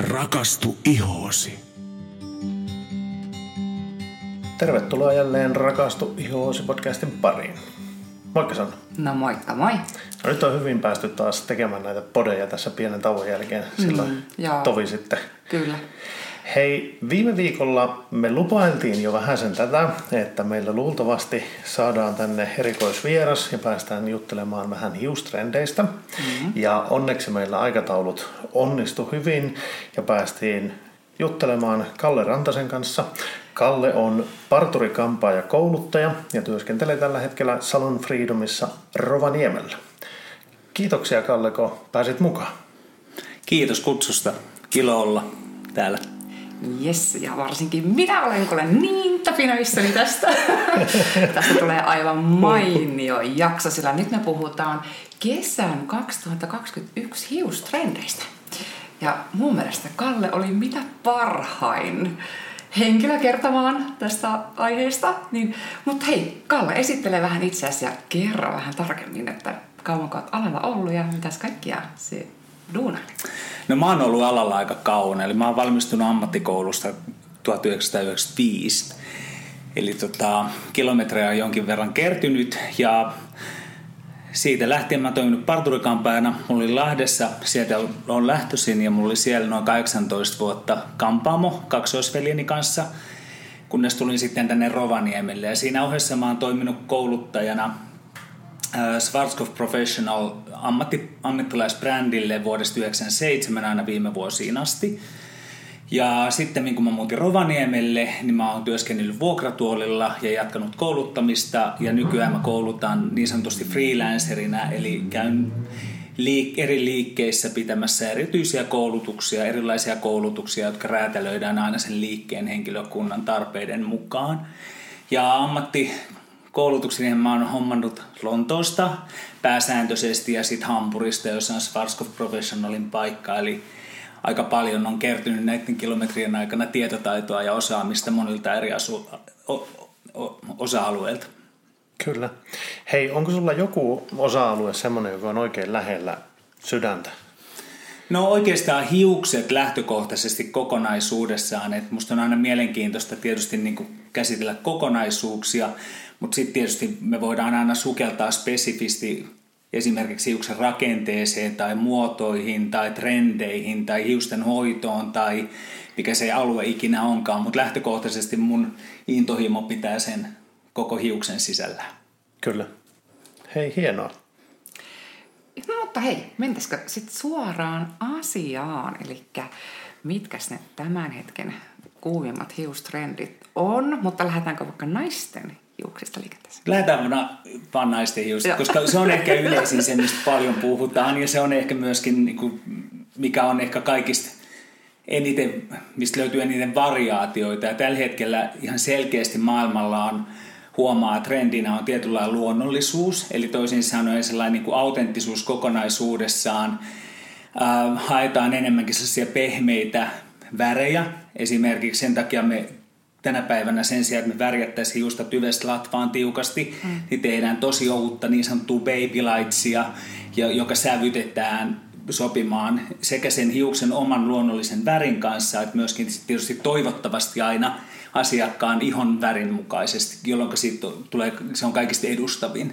Rakastu ihoosi. Tervetuloa jälleen Rakastu ihoosi podcastin pariin. Moikka Sanna. No moikka moi. No, nyt on hyvin päästy taas tekemään näitä podeja tässä pienen tauon jälkeen. Silloin tovi sitten. Kyllä. Hei, viime viikolla me lupailtiin jo vähän sen tätä, että meillä luultavasti saadaan tänne erikoisvieras ja päästään juttelemaan vähän hiustrendeistä. Ja onneksi meillä aikataulut onnistu hyvin ja päästiin juttelemaan Kalle Rantasen kanssa. Kalle on parturi-kampaaja kouluttaja ja työskentelee tällä hetkellä Salon Freedomissa Rovaniemellä. Kiitoksia Kalle, kun pääsit mukaan. Kiitos kutsusta. Ilo olla täällä. Jes, ja varsinkin minä olen niin tapinoissani tästä. Tästä tulee aivan mainio jakso, sillä nyt me puhutaan kesän 2021 hiustrendeistä. Ja mun mielestä Kalle oli mitä parhain henkilö kertomaan tästä aiheesta. Mutta hei, Kalle, esittele vähän itseäsi ja kerro vähän tarkemmin, että kauanko olet alalla ollut ja mitäs kaikkia se duunailit? No mä oon ollut alalla aika kauan, eli mä oon valmistunut ammattikoulusta 1995. Eli kilometrejä on jonkin verran kertynyt ja siitä lähtien mä oon toiminut parturikampaajana. Mulla oli Lahdessa, sieltä on lähtöisin ja mulla oli siellä noin 18 vuotta kampaamo kaksoisveljeni kanssa, kunnes tulin sitten tänne Rovaniemelle. Ja siinä ohessa mä oon toiminut kouluttajana Schwarzkopf Professional ammattilaisbrändille vuodesta 1997 aina viime vuosiin asti. Ja sitten kun mä muutin Rovaniemelle, niin mä oon työskennellyt vuokratuolilla ja jatkanut kouluttamista. Ja nykyään mä koulutan niin sanotusti freelancerina, eli käyn eri liikkeissä pitämässä erityisiä koulutuksia, erilaisia koulutuksia, jotka räätälöidään aina sen liikkeen henkilökunnan tarpeiden mukaan. Ja ammattikoulutukseni mä oon hommannut Lontoosta pääsääntöisesti ja sitten Hampurista, jossa on Schwarzkopf Professionalin paikka, eli aika paljon on kertynyt näiden kilometrien aikana tietotaitoa ja osaamista monilta eri osa-alueilta. Kyllä. Hei, onko sulla joku osa-alue semmoinen, joka on oikein lähellä sydäntä? No oikeastaan hiukset lähtökohtaisesti kokonaisuudessaan. Et musta on aina mielenkiintoista tietysti niin kuin käsitellä kokonaisuuksia, mutta sitten tietysti me voidaan aina sukeltaa spesifisti esimerkiksi hiuksen rakenteeseen tai muotoihin tai trendeihin tai hiusten hoitoon tai mikä se alue ikinä onkaan, mutta lähtökohtaisesti mun intohimo pitää sen koko hiuksen sisällä. Kyllä. Hei, hienoa. No mutta hei, mentäisikö sitten suoraan asiaan, eli mitkäs ne tämän hetken kuumimmat hiustrendit on, mutta lähdetäänkö vaikka naisten hiuksista liikenteeseen? Lähdetään vaan naisten hiukset, koska se on ehkä yleisin se, mistä paljon puhutaan, ja se on ehkä myöskin, mikä on ehkä kaikista eniten, mistä löytyy eniten variaatioita, ja tällä hetkellä ihan selkeästi maailmalla huomaa, että trendinä on tietynlainen luonnollisuus, eli toisin sanoen sellainen niin kuin autenttisuus kokonaisuudessaan. Haetaan enemmänkin sellaisia pehmeitä värejä, esimerkiksi sen takia me tänä päivänä sen sijaan, että me värjättäisiin hiusta tyvestä latvaan tiukasti, niin tehdään tosi ohutta niin sanottua baby lightsia, joka sävytetään sopimaan sekä sen hiuksen oman luonnollisen värin kanssa, että myöskin tietysti toivottavasti aina asiakkaan ihon värin mukaisesti, jolloin se on kaikista edustavin.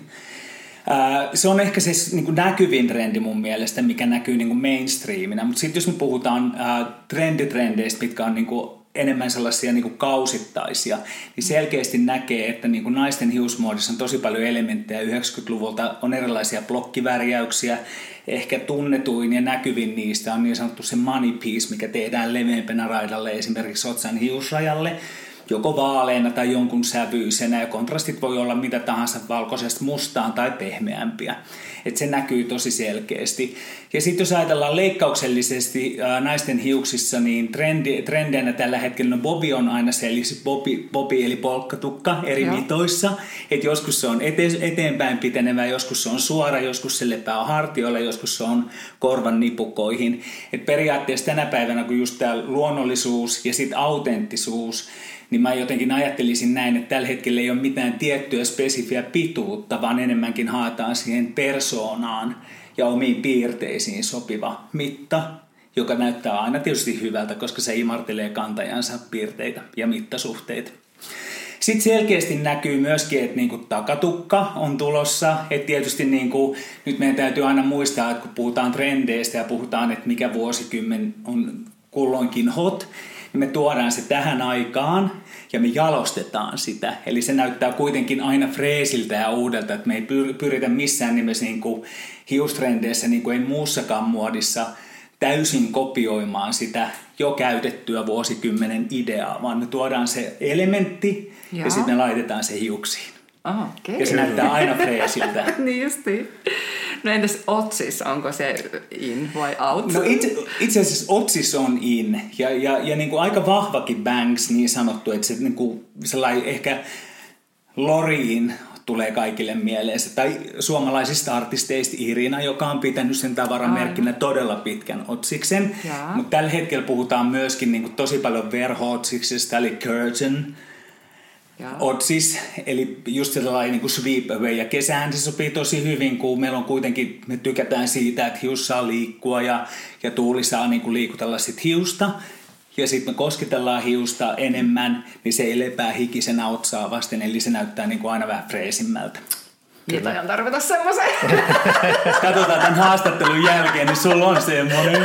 Se on ehkä se niin kuin näkyvin trendi mun mielestä, mikä näkyy niin kuin mainstreamina, mutta sitten jos me puhutaan trenditrendeistä, mitkä on niin kuin enemmän sellaisia niin kuin kausittaisia, niin selkeästi näkee, että niin kuin naisten hiusmuodissa on tosi paljon elementtejä 90-luvulta, on erilaisia blokkivärjäyksiä, ehkä tunnetuin ja näkyvin niistä on niin sanottu se money piece, mikä tehdään leveämpänä raidalle esimerkiksi otsan hiusrajalle, joko vaaleena tai jonkun sävyisenä, ja kontrastit voi olla mitä tahansa valkoisesta mustaan tai pehmeämpiä. Että se näkyy tosi selkeästi. Ja sitten jos ajatellaan leikkauksellisesti naisten hiuksissa, niin trendeinä tällä hetkellä bobi on aina se, eli bobi eli polkkatukka eri mitoissa. Että joskus se on eteenpäin pitenevä, joskus se on suora, joskus se lepää hartioilla, joskus se on korvan nipukkoihin. Että periaatteessa tänä päivänä, kun just tämä luonnollisuus ja sitten autenttisuus, niin mä jotenkin ajattelisin näin, että tällä hetkellä ei ole mitään tiettyä spesifiä pituutta, vaan enemmänkin haetaan siihen persoonaan ja omiin piirteisiin sopiva mitta joka näyttää aina tietysti hyvältä, koska se imartelee kantajansa piirteitä ja mittasuhteita. Sitten selkeästi näkyy myöskin, että niinku takatukka on tulossa. Et tietysti niinku, nyt meidän täytyy aina muistaa, että kun puhutaan trendeistä ja puhutaan, että mikä vuosikymmen on kulloinkin hot, niin me tuodaan se tähän aikaan ja me jalostetaan sitä. Eli se näyttää kuitenkin aina freesiltä ja uudelta, että me ei pyritä missään nimessä niinku hiustrendeissä, niin kuin ei muussakaan muodissa, täysin kopioimaan sitä jo käytettyä vuosikymmenen ideaa, vaan me tuodaan se elementti ja sitten me laitetaan se hiuksiin. Okay. Ja se näyttää aina freesiltä. Niin justiin. No entäs Otsis, onko se in vai out? No itse asiassa Otsis on in ja niin kuin aika vahvakin Banks niin sanottu, että se niin kuin sellainen ehkä Loriin tulee kaikille mieleen. Tai suomalaisista artisteista Irina, joka on pitänyt sen tavaramerkkinä todella pitkän Otsiksen. Mutta tällä hetkellä puhutaan myöskin niin kuin tosi paljon verho-Otsiksesta, eli curtain Otsis, eli just sellainen niin kuin sweep away. Ja kesään se sopii tosi hyvin, kun meillä on kuitenkin, me tykätään siitä, että hius saa liikkua ja tuuli saa niin kuin liikutella sit hiusta. Ja sitten me kosketellaan hiusta enemmän, niin se ei lepää hikisenä otsaa vasten, eli se näyttää niin kuin aina vähän freesimmältä. Nyt ajan tarvita semmoisen. Katsotaan tämän haastattelun jälkeen, niin sulla on semmoinen.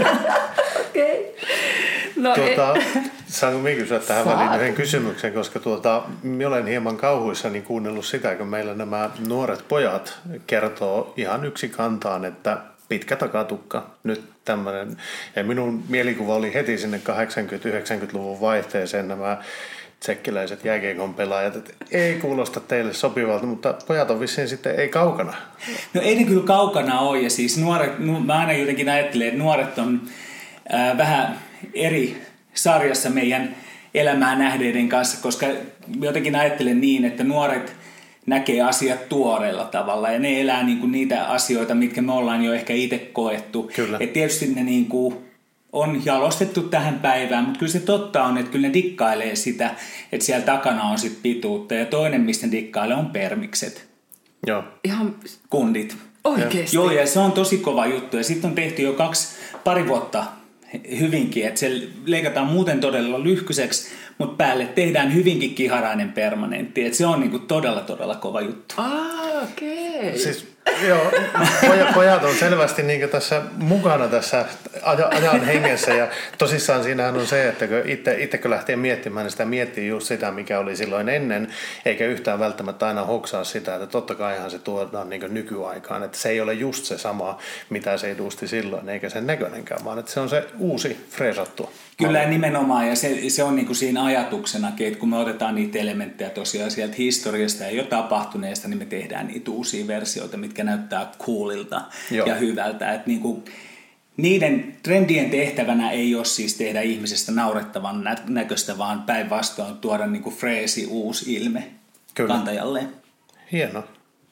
Okei. No, saanko minä kysyä tähän väliin yhden kysymyksen, koska minä olen hieman kauhuissani kuunnellut sitä, kun meillä nämä nuoret pojat kertoo ihan yksi kantaan, että pitkä takatukka, nyt tämmöinen. Ja minun mielikuva oli heti sinne 80-90-luvun vaihteeseen nämä tsekkiläiset jääkiekon pelaajat, että ei kuulosta teille sopivalta, mutta pojat on vissiin sitten ei kaukana. No ei ne kyllä kaukana ole, ja siis nuoret, mä aina jotenkin ajattelen, että nuoret on vähän eri sarjassa meidän elämää nähneiden kanssa, koska jotenkin ajattelen niin, että nuoret näkee asiat tuoreella tavalla ja ne elää niinku niitä asioita, mitkä me ollaan jo ehkä itse koettu. Et tietysti ne niinku on jalostettu tähän päivään, mutta kyllä se totta on, että kyllä ne dikkailee sitä, että siellä takana on sit pituutta ja toinen, mistä ne dikkailee, on permikset. Joo. Ihan kundit. Oikeesti? Joo, ja se on tosi kova juttu ja sitten on tehty jo pari vuotta hyvinkin, että se leikataan muuten todella lyhkyseksi, mutta päälle tehdään hyvinkin kiharainen permanentti, että se on niinku todella kova juttu. Okei. Siis, joo, pojat on selvästi niinku tässä mukana tässä ajan hengessä ja tosissaan siinähän on se, että itse kun lähtee miettimään, niin sitä miettii just sitä, mikä oli silloin ennen, eikä yhtään välttämättä aina hoksaa sitä, että totta kaihan se tuodaan niinku nykyaikaan, että se ei ole just se sama, mitä se edusti silloin, eikä sen näköinenkään, vaan että se on se uusi freesattu. Kyllä nimenomaan, ja se on niinku siinä ajatuksenakin, että kun me otetaan niitä elementtejä tosiaan sieltä historiasta ja jo tapahtuneesta, niin me tehdään niitä uusia versioita, mitkä näyttää coolilta ja hyvältä. Että niinku, niiden trendien tehtävänä ei ole siis tehdä ihmisestä naurettavan näköistä, vaan päinvastoin tuoda niinku freesi uusi ilme kantajalleen. Hieno.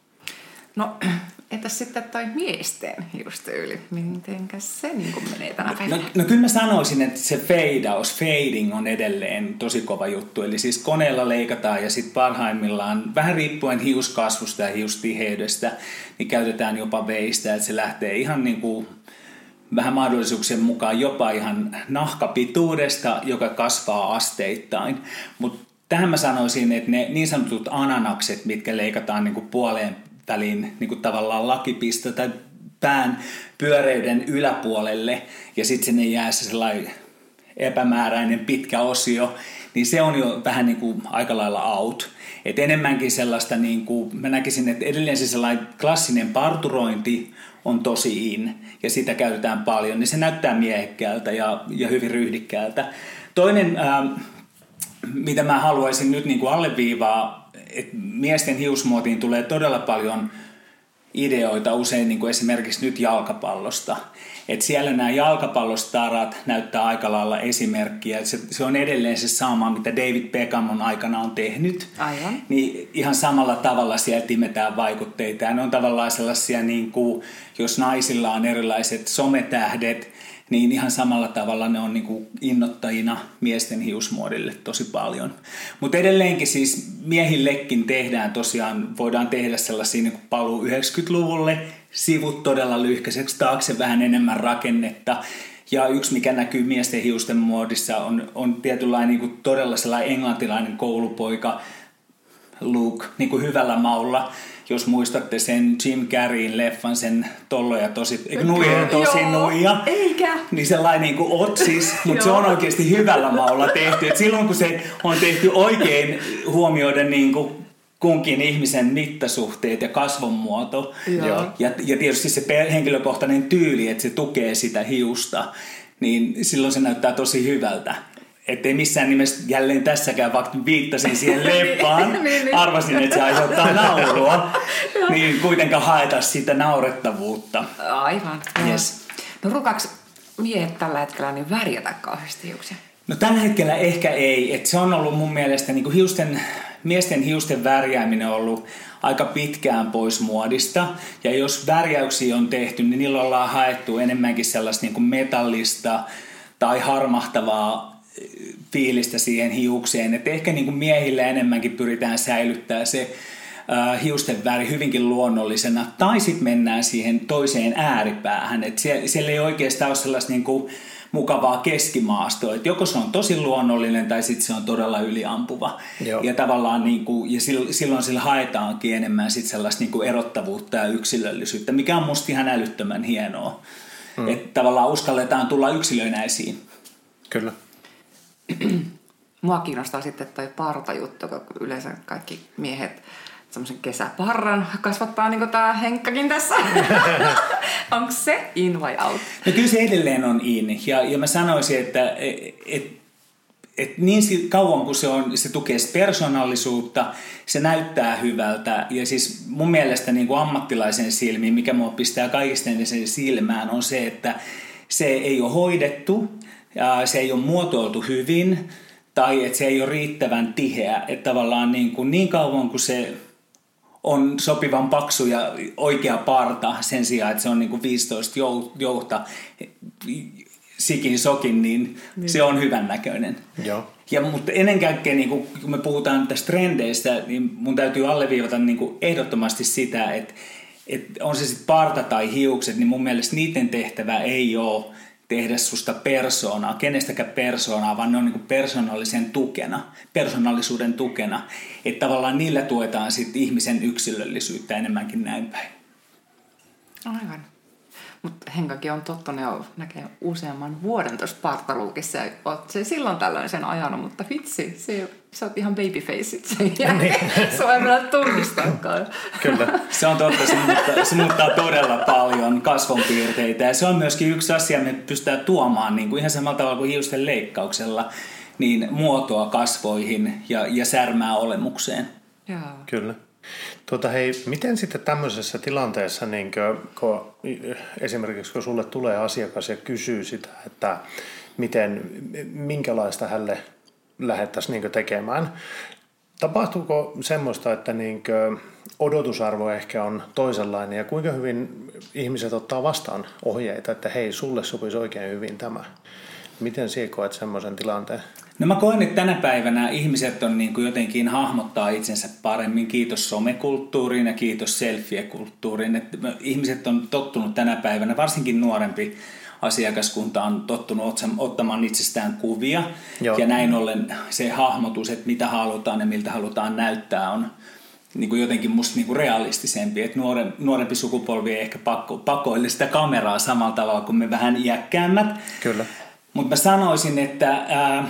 No, entäs sitten toi miesten hiustyyli? Mitenkäs se niin menee tänä päivänä? No kyllä mä sanoisin, että se fading on edelleen tosi kova juttu. Eli siis koneella leikataan ja sitten parhaimmillaan, vähän riippuen hiuskasvusta ja hiustiheydestä, niin käytetään jopa veistä, että se lähtee ihan niin kuin vähän mahdollisuuksien mukaan jopa ihan nahkapituudesta, joka kasvaa asteittain. Mutta tähän mä sanoisin, että ne niin sanotut ananakset, mitkä leikataan niin kuin puoleen väliin niin kuin tavallaan lakipista tai pään pyöreyden yläpuolelle ja sitten sinne jää se sellainen epämääräinen pitkä osio, niin se on jo vähän niin kuin aika lailla out. Et enemmänkin sellaista, niin kuin, mä näkisin, että edelleen se sellainen klassinen parturointi on tosi in ja sitä käytetään paljon, niin se näyttää miehekkäältä ja hyvin ryhdikkäältä. Toinen, mitä mä haluaisin nyt niin kuin alleviivaa, että miesten hiusmuotiin tulee todella paljon ideoita usein niin kuin esimerkiksi nyt jalkapallosta. Että siellä nämä jalkapallostarat näyttää aika lailla esimerkkiä. Se on edelleen se sama, mitä David Beckham on aikanaan tehnyt. Aivan. Niin ihan samalla tavalla sieltä imetään vaikutteita. Ja ne on tavallaan sellaisia, niin kuin, jos naisilla on erilaiset sometähdet, niin ihan samalla tavalla ne on niin kuin innoittajina miesten hiusmuodille tosi paljon. Mutta edelleenkin siis miehillekin tehdään tosiaan, voidaan tehdä sellaisia niin kuin paluu 90-luvulle, sivut todella lyhkäiseksi, taakse vähän enemmän rakennetta Ja yksi, mikä näkyy miesten hiusten muodissa, on tietynlainen niin kuin todella sellainen englantilainen koulupoika look, niin kuin hyvällä maulla. Jos muistatte sen Jim Carreyn leffan, sen Tolloja tosi, nuija. Eikä. Niin sellainen niin kuin otsis, mutta se on oikeasti hyvällä maulla tehty. Et silloin kun se on tehty oikein huomioiden niin kuin kunkin ihmisen mittasuhteet ja kasvonmuoto. Ja tietysti se henkilökohtainen tyyli, että se tukee sitä hiusta, niin silloin se näyttää tosi hyvältä. Ettei missään nimessä jälleen tässäkään, vaikka viittasin siihen leppaan, arvasin, että se aiheuttaa naurua, niin kuitenkaan haeta sitä naurettavuutta. Aivan. Yes. No ruukaaks miehet tällä hetkellä niin värjätä kauheasti hiuksia? No tällä hetkellä ehkä ei. Et se on ollut mun mielestä niin kuin miesten hiusten värjääminen on ollut aika pitkään pois muodista. Ja jos värjäyksiä on tehty, niin niillä ollaan haettu enemmänkin sellaista niin kuin metallista tai harmahtavaa fiilistä siihen hiukseen. Et ehkä niin kuin miehillä enemmänkin pyritään säilyttää se hiusten väri hyvinkin luonnollisena. Tai sitten mennään siihen toiseen ääripäähän. Et siellä ei oikeastaan ole sellaista niin kuin mukavaa keskimaastoa. Et joko se on tosi luonnollinen tai sitten se on todella yliampuva. Joo. Ja tavallaan niin kuin, ja silloin sillä haetaankin enemmän sit sellaista niin kuin erottavuutta ja yksilöllisyyttä, mikä on musta ihan älyttömän hienoa. Että tavallaan uskalletaan tulla yksilöinä esiin. Kyllä. Mua kiinnostaa sitten toi partajuttu, kun yleensä kaikki miehet semmoisen kesäparran kasvattaa, niin kuin tää Henkkakin tässä. Onko se in vai out? No kyllä se edelleen on in. Ja mä sanoisin, että niin kauan kuin se tukee persoonallisuutta, se näyttää hyvältä. Ja siis mun mielestä niin kuin ammattilaisen silmiin, mikä mua pistää kaikista eniten silmään, on se, että se ei ole hoidettu, ja se ei ole muotoiltu hyvin, tai että se ei ole riittävän tiheä. Että tavallaan niin kauan kuin se on sopivan paksu ja oikea parta sen sijaan, että se on niin kuin 15 jouhta sikin sokin, niin se on hyvän näköinen. Joo. Mutta ennen kaikkea, niin kun me puhutaan tästä trendeistä, niin mun täytyy alleviivata niin kuin ehdottomasti sitä, että on se sitten parta tai hiukset, niin mun mielestä niiden tehtävä ei ole tehdä susta persoonaa, kenestäkään persoonaa, vaan ne on niin kuin persoonallisuuden tukena. Että tavallaan niillä tuetaan sitten ihmisen yksilöllisyyttä enemmänkin näin päin. Aivan. Mutta Henkakin on tottunut jo näkee useamman vuoden tuossa partaluukissa ja oot se silloin tällöin sen ajanut, mutta vitsi, sä oot ihan babyfaceit sen jälkeen. Sua ei vielä tunnistakaan. Kyllä. Se on totta, se muuttaa todella paljon kasvonpiirteitä ja se on myöskin yksi asia, me pystytään tuomaan niin kuin ihan samalla tavalla kuin hiusten leikkauksella, niin muotoa kasvoihin ja särmää olemukseen. Joo. Kyllä. Hei, miten sitten tämmöisessä tilanteessa, niin kun esimerkiksi kun sulle tulee asiakas ja kysyy sitä, että minkälaista hänelle lähdettäisiin niin tekemään, tapahtuuko semmoista, että niin odotusarvo ehkä on toisenlainen ja kuinka hyvin ihmiset ottaa vastaan ohjeita, että hei, sulle sopisi oikein hyvin tämä? Miten sinä koet semmoisen tilanteen? No mä koen, että tänä päivänä ihmiset on niin kuin jotenkin hahmottaa itsensä paremmin, kiitos somekulttuuriin ja kiitos selfie-kulttuuriin. Että ihmiset on tottunut tänä päivänä, varsinkin nuorempi asiakaskunta on tottunut ottamaan itsestään kuvia. Joo. Ja näin ollen se hahmotus, että mitä halutaan ja miltä halutaan näyttää, on niin kuin jotenkin musta niin kuin realistisempi. Että nuorempi sukupolvi ei ehkä pakoille sitä kameraa samalla tavalla kuin me vähän iäkkäämmät. Kyllä. Mutta mä sanoisin, että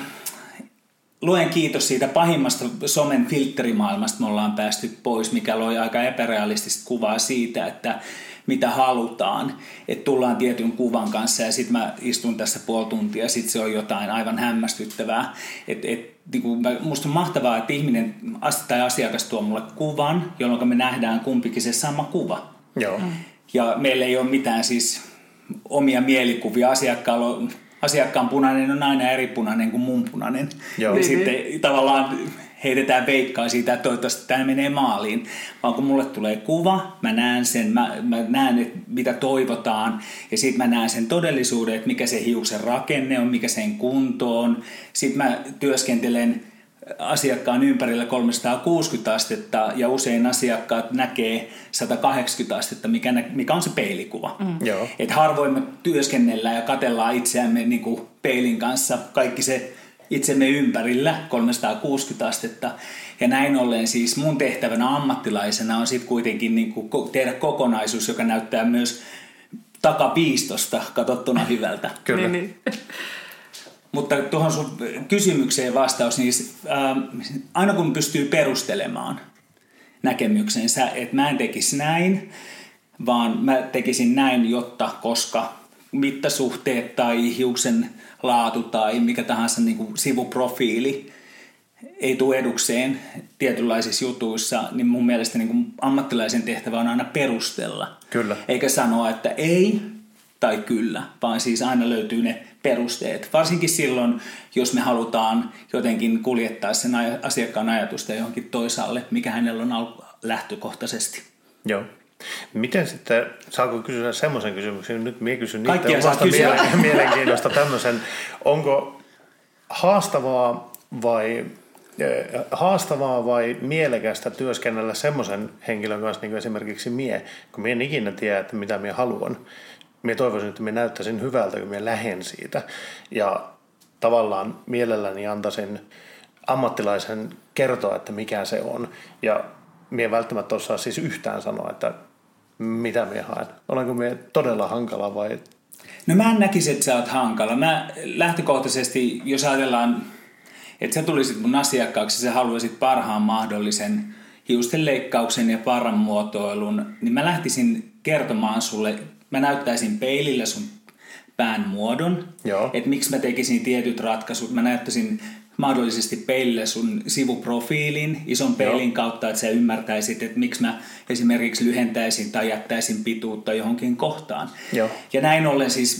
luen kiitos siitä pahimmasta somen filtterimaailmasta me ollaan päästy pois, mikä loi aika epärealistista kuvaa siitä, että mitä halutaan. Että tullaan tietyn kuvan kanssa ja sitten mä istun tässä puoli tuntia ja sitten se on jotain aivan hämmästyttävää. Musta on mahtavaa, että ihminen tai asiakas tuo mulle kuvan, jolloin me nähdään kumpikin se sama kuva. Joo. Ja meillä ei ole mitään siis omia mielikuvia. Asiakkaan punainen on aina eri punainen kuin mun punainen. Joo. Ja sitten tavallaan heitetään veikkaa siitä, että toivottavasti tämä menee maaliin. Vaan kun mulle tulee kuva, mä näen sen, mä näen, että mitä toivotaan. Ja sitten mä näen sen todellisuuden, että mikä se hiuksen rakenne on, mikä sen kunto on. Sitten mä työskentelen asiakkaan ympärillä 360 astetta ja usein asiakkaat näkee 180 astetta, mikä on se peilikuva. Et harvoin me työskennellään ja katsellaan itseämme niin kuin peilin kanssa kaikki se itsemme ympärillä 360 astetta. Ja näin ollen siis mun tehtävänä ammattilaisena on sitten kuitenkin niin kuin tehdä kokonaisuus, joka näyttää myös takapiistosta katsottuna hyvältä. Kyllä. Niin. Mutta tuohon sun kysymykseen vastaus, niin aina kun pystyy perustelemaan näkemyksensä, että mä en tekisi näin, vaan mä tekisin näin, koska mittasuhteet tai hiuksen laatu tai mikä tahansa niin kuin sivuprofiili ei tule edukseen tietynlaisissa jutuissa, niin mun mielestä niin kuin ammattilaisen tehtävä on aina perustella. Kyllä. Eikä sanoa, että ei tai kyllä, vaan siis aina löytyy ne perusteet. Varsinkin silloin, jos me halutaan jotenkin kuljettaa sen asiakkaan ajatusta johonkin toisaalle, mikä hänellä on lähtökohtaisesti. Joo. Miten sitten, saako kysyä semmoisen kysymyksen, nyt minä kysyn kaikkia niitä omasta mielenkiinnosta tämmöisen, onko haastavaa vai mielekästä työskennellä semmoisen henkilön kanssa, niin kuin esimerkiksi mie, kun minä en ikinä tiedä, että mitä minä haluan. Minä toivoisin, että minä näyttäisin hyvältä, kun minä lähden siitä. Ja tavallaan mielelläni antaisin ammattilaisen kertoa, että mikä se on. Ja minä en välttämättä osaa siis yhtään sanoa, että mitä minä haen. Olenko minä todella hankala vai? No mä en näkisi, että sä oot hankala. Mä lähtökohtaisesti, jos ajatellaan, että sä tulisit mun asiakkaaksi, sä haluaisit parhaan mahdollisen hiusten leikkauksen ja parran muotoilun, niin mä lähtisin kertomaan sulle, mä näyttäisin peilillä sun pään muodon, että miksi mä tekisin tietyt ratkaisut. Mä näyttäisin mahdollisesti peilillä sun sivuprofiilin ison peilin kautta, että sä ymmärtäisit, että miksi mä esimerkiksi lyhentäisin tai jättäisin pituutta johonkin kohtaan. Ja näin ollen siis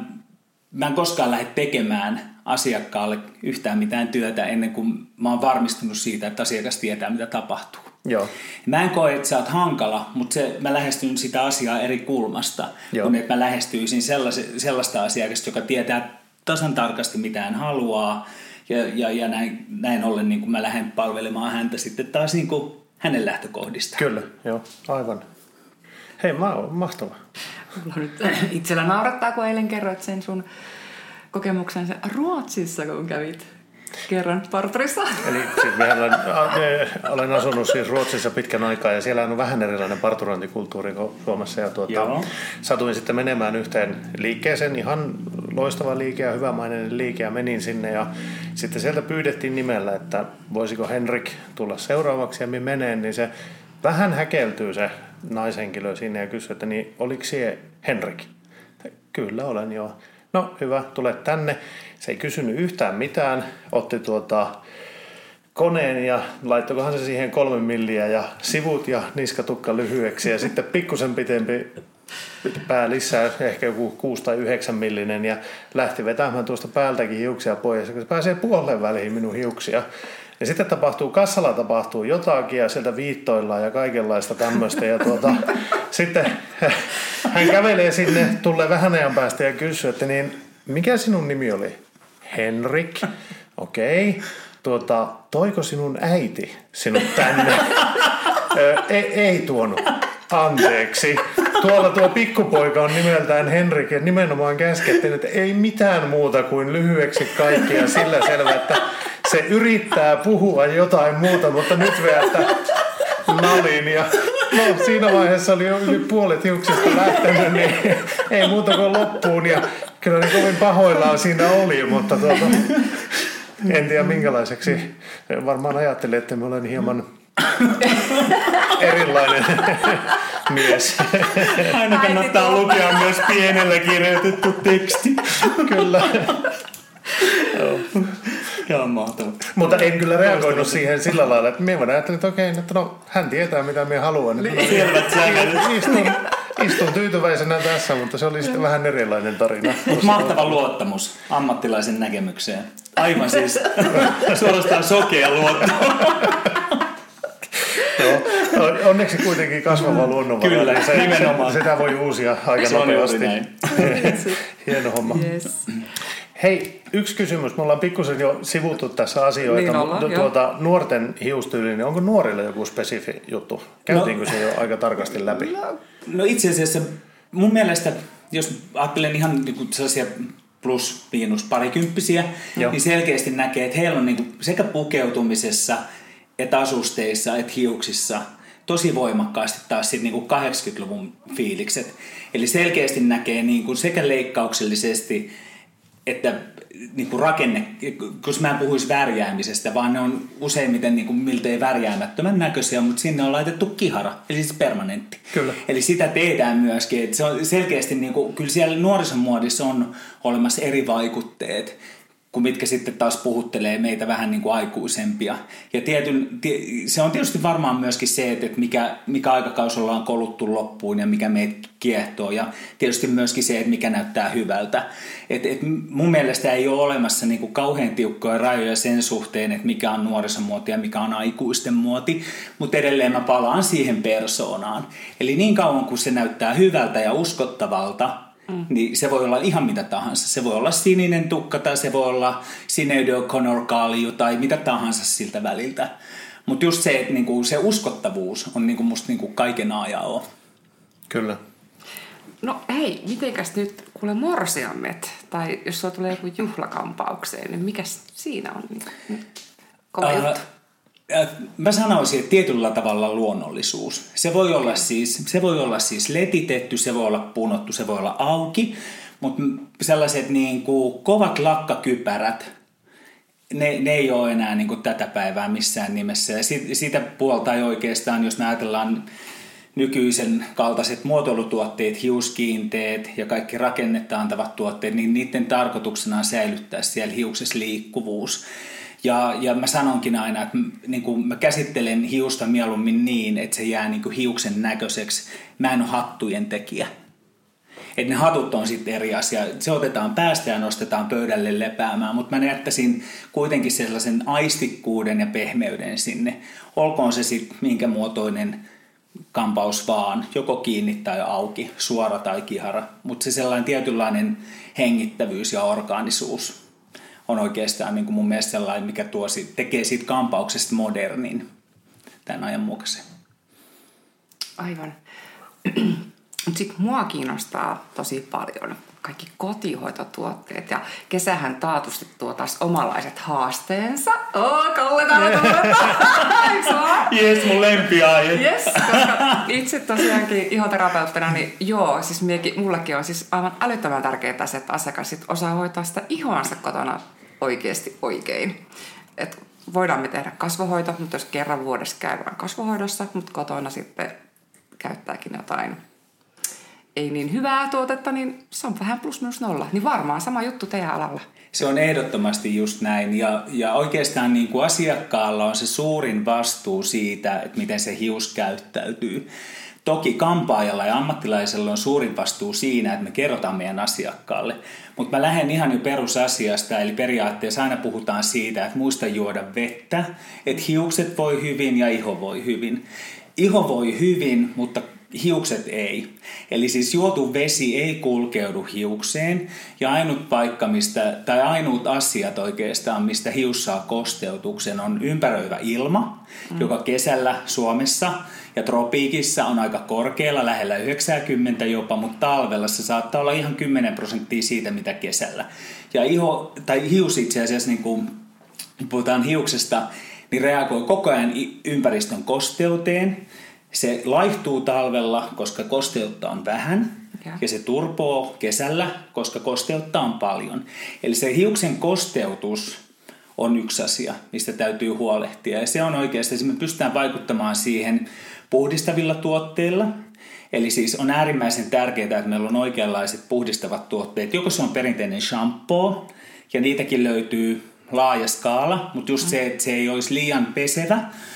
mä en koskaan lähde tekemään asiakkaalle yhtään mitään työtä ennen kuin mä oon varmistunut siitä, että asiakas tietää, mitä tapahtuu. Mä en koe, että sä oot hankala, mutta mä lähestyn sitä asiaa eri kulmasta, kun että mä lähestyisin sellaista asiakasta, joka tietää tasan tarkasti, mitä hän haluaa, ja näin ollen niin kuin mä lähden palvelemaan häntä sitten taas niin kuin hänen lähtökohdista. Kyllä, joo, aivan. Hei, mahtavaa. Mulla nyt itsellä naurattaa, kun eilen kerroit sen sun kokemuksen Ruotsissa, kun kävit kerran parturissa. Eli siis olen asunut siis Ruotsissa pitkän aikaa ja siellä on vähän erilainen parturointikulttuuri kuin Suomessa. Ja satuin sitten menemään yhteen liikkeeseen, ihan loistava liike ja hyvämainen liike, ja menin sinne ja sitten sieltä pyydettiin nimellä, että voisiko Henrik tulla seuraavaksi, ja minä menen, niin se vähän häkeltyy se naishenkilö sinne ja kysyy, että niin oliko se Henrik? Kyllä olen, joo. No hyvä, tule tänne. Se ei kysynyt yhtään mitään, otti koneen ja laittoikohan se siihen 3 milliä ja sivut ja niskatukka lyhyeksi ja sitten pikkusen pitempi pää lisää, ehkä joku 6 tai 9 millinen, ja lähti vetämään tuosta päältäkin hiuksia pois, kun se pääsee puoleen väliin minun hiuksia. Ja sitten kassalla tapahtuu jotakin ja sieltä viittoillaan ja kaikenlaista tämmöistä. Ja sitten hän kävelee sinne, tulee vähän ajan päästä ja kysyy, että niin, mikä sinun nimi oli? Henrik. Okei. Toiko sinun äiti sinut tänne? Ei tuonut. Anteeksi. Tuolla tuo pikkupoika on nimeltään Henrik ja nimenomaan käskettiin, että ei mitään muuta kuin lyhyeksi kaikki ja sillä selvä, että se yrittää puhua jotain muuta, mutta nyt veättää nalin. Ja siinä vaiheessa oli jo yli puolet hiuksista lähtenyt, niin ei muuta kuin loppuun. Ja kyllä niin kovin pahoillaan siinä oli, mutta en tiedä minkälaiseksi. Varmaan ajattelin, että mä olen hieman erilainen mies. Aina kannattaa lukea myös pienellä kirjoitettu teksti. Kyllä. Joo, mahtavaa. Mutta en kyllä reagoinut siihen sillä lailla, että minä ajattelin, että okei, että hän tietää mitä minä haluan. Selvät säännöt. Istun tyytyväisenä tässä, mutta se oli sitten vähän erilainen tarina. Mahtava luottamus ammattilaisen näkemykseen. Aivan siis suorastaan sokea luottamus. Onneksi kuitenkin kasvava luonnonvara. Kyllä, nimenomaan. Sitä voi uusia aika nopeasti. Hieno homma. Yes. Hei, yksi kysymys. Me ollaan pikkusen jo sivuttu tässä asioita. Niin nuorten hiustyyli, niin onko nuorille joku spesifi juttu? Käytiinkö se jo aika tarkasti läpi? No itse asiassa mun mielestä, jos ajattelen ihan niin kuin sellaisia plus-miinus parikymppisiä, niin selkeästi näkee, että heillä on niin kuin sekä pukeutumisessa, että asusteissa, että hiuksissa tosi voimakkaasti taas sit niin kuin 80-luvun fiilikset. Eli selkeästi näkee niin kuin sekä leikkauksellisesti että niin kuin rakenne, koska mä en puhuisi värjäämisestä, vaan ne on useimmiten niin kuin miltei värjäämättömän näköisiä, mutta sinne on laitettu kihara, eli siis permanentti. Kyllä. Eli sitä tehdään myöskin, että se on selkeästi, niin kuin, kyllä siellä nuorison muodissa on olemassa eri vaikutteet, kuin mitkä sitten taas puhuttelee meitä vähän niin kuin aikuisempia. Ja se on tietysti varmaan myöskin se, että mikä aikakausi ollaan koluttu loppuun ja mikä meitä kiehtoo. Ja tietysti myöskin se, että mikä näyttää hyvältä. Mun mielestä ei ole olemassa niin kuin kauhean tiukkoja rajoja sen suhteen, että mikä on nuorisomuoti ja mikä on aikuisten muoti. Mutta edelleen mä palaan siihen persoonaan. Eli niin kauan kuin se näyttää hyvältä ja uskottavalta, niin se voi olla ihan mitä tahansa. Se voi olla sininen tukka tai se voi olla Sinead O'Connor-kalju tai mitä tahansa siltä väliltä. Mutta just se, että niinku se uskottavuus on niinku musta niinku kaiken A ja O. Kyllä. No hei, mitenkäs nyt kuule morsiammet, tai jos sulla tulee joku juhlakampaukseen, niin mikäs siinä on kova juttu? Mä sanoisin, että tietyllä tavalla luonnollisuus. Se voi olla siis letitetty, se voi olla punottu, se voi olla auki, mutta sellaiset niin kuin kovat lakkakypärät, ne ei ole enää niin kuin tätä päivää missään nimessä. Ja sitä puolta ei oikeastaan, jos me ajatellaan nykyisen kaltaiset muotoilutuotteet, hiuskiinteet ja kaikki rakennetta antavat tuotteet, niin niiden tarkoituksena on säilyttää siellä hiuksessa liikkuvuus. Ja mä sanonkin aina, että niin kuin mä käsittelen hiusta mieluummin niin, että se jää niin kuin hiuksen näköiseksi. Mä en ole hattujen tekijä. Että ne hatut on sitten eri asia. Se otetaan päästä ja nostetaan pöydälle lepäämään, mutta mä jättäisin kuitenkin sellaisen aistikkuuden ja pehmeyden sinne. Olkoon se sitten minkä muotoinen kampaus vaan, joko kiinni tai auki, suora tai kihara. Mutta se sellainen tietynlainen hengittävyys ja orgaanisuus on oikeastaan niin kuin mun mielestä sellainen, mikä tekee siitä kampauksesta modernin tämän ajan mukaisen. Aivan. Sitten mua kiinnostaa tosi paljon kaikki kotihoitotuotteet ja kesähän taatusti tuo taas omalaiset haasteensa. Kalle, Jes, mun lempiaihe. Jes, koska itse tosiaankin ihoterapeuttina, niin joo, siis mullekin on siis aivan älyttömän tärkeää se, että asiakas sit osaa hoitaa sitä ihoansa kotona oikeasti oikein. Et voidaan me tehdä kasvohoito, mutta jos kerran vuodessa käydään kasvohoidossa, mutta kotona sitten käyttääkin jotain ei niin hyvää tuotetta, niin se on vähän +-0. Niin varmaan sama juttu teidän alalla. Se on ehdottomasti just näin. Ja oikeastaan niin kuin asiakkaalla on se suurin vastuu siitä, että miten se hius käyttäytyy. Toki kampaajalla ja ammattilaisella on suurin vastuu siinä, että me kerrotaan meidän asiakkaalle. Mutta mä lähden ihan jo perusasiasta, eli periaatteessa aina puhutaan siitä, että muista juoda vettä, että hiukset voi hyvin ja iho voi hyvin. Iho voi hyvin, mutta hiukset ei. Eli siis juotu vesi ei kulkeudu hiukseen ja ainut paikka, ainut asiat oikeastaan, mistä hius saa kosteutuksen, on ympäröivä ilma, joka kesällä Suomessa ja tropiikissa on aika korkealla, lähellä 90 jopa, mutta talvella se saattaa olla ihan 10% siitä, mitä kesällä. Ja hius itse asiassa, niin kun puhutaan hiuksesta, niin reagoi koko ajan ympäristön kosteuteen. Se laihtuu talvella, koska kosteutta on vähän, ja se turpoo kesällä, koska kosteutta on paljon. Eli se hiuksen kosteutus on yksi asia, mistä täytyy huolehtia. Ja se on oikeasti, me pystytään vaikuttamaan siihen puhdistavilla tuotteilla. Eli siis on äärimmäisen tärkeää, että meillä on oikeanlaiset puhdistavat tuotteet. Joko se on perinteinen shampoo, ja niitäkin löytyy laaja skaala, mutta just se, että se ei olisi liian pesevä,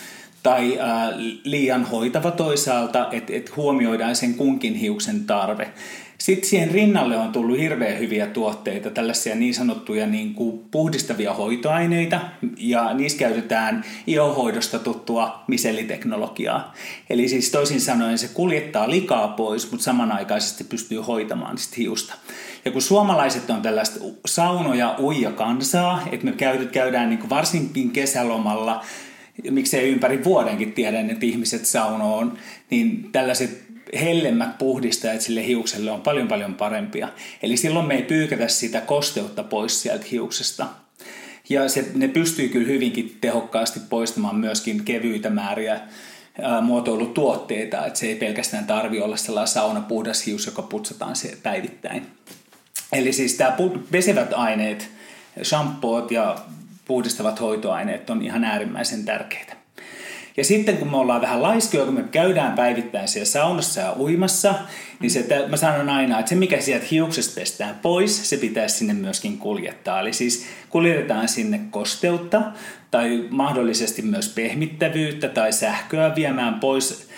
tai liian hoitava toisaalta, että huomioidaan sen kunkin hiuksen tarve. Sitten siihen rinnalle on tullut hirveän hyviä tuotteita, tällaisia niin sanottuja niin kuin puhdistavia hoitoaineita, ja niissä käytetään ihohoidosta tuttua miselliteknologiaa. Eli siis toisin sanoen se kuljettaa likaa pois, mutta samanaikaisesti pystyy hoitamaan sitä hiusta. Ja kun suomalaiset on tällaista saunoja uija kansaa, että me käydään niin kuin varsinkin kesälomalla, miksei ympäri vuodenkin tiedän, että ihmiset saunoon, niin tällaiset hellemmät puhdistajat sille hiukselle on paljon paljon parempia. Eli silloin me ei pyykätä sitä kosteutta pois sieltä hiuksesta. Ja ne pystyy kyllä hyvinkin tehokkaasti poistamaan myöskin kevyitä määriä muotoilutuotteita, että se ei pelkästään tarvitse olla sellainen saunapuhdas hius, joka putsataan se päivittäin. Eli siis tämä pesevät aineet, shampoot ja puhdistavat hoitoaineet on ihan äärimmäisen tärkeitä. Ja sitten kun me ollaan vähän laiskoja, kun me käydään päivittäin siellä saunassa ja uimassa, niin mä sanon aina, että se mikä sieltä hiuksesta pestään pois, se pitäisi sinne myöskin kuljettaa. Eli siis kuljetetaan sinne kosteutta tai mahdollisesti myös pehmittävyyttä tai sähköä viemään pois,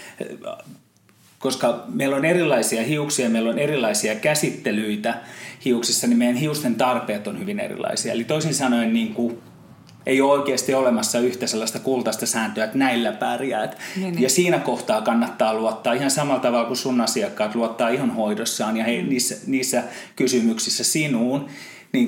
koska meillä on erilaisia hiuksia, meillä on erilaisia käsittelyitä hiuksissa, niin meidän hiusten tarpeet on hyvin erilaisia. Eli toisin sanoen niin kuin ei ole oikeasti olemassa yhtä sellaista kultaista sääntöä, että näillä pärjäät. Niin. Ja siinä kohtaa kannattaa luottaa ihan samalla tavalla kuin sun asiakkaat luottaa ihonhoidossaan ja niissä kysymyksissä sinuun, niin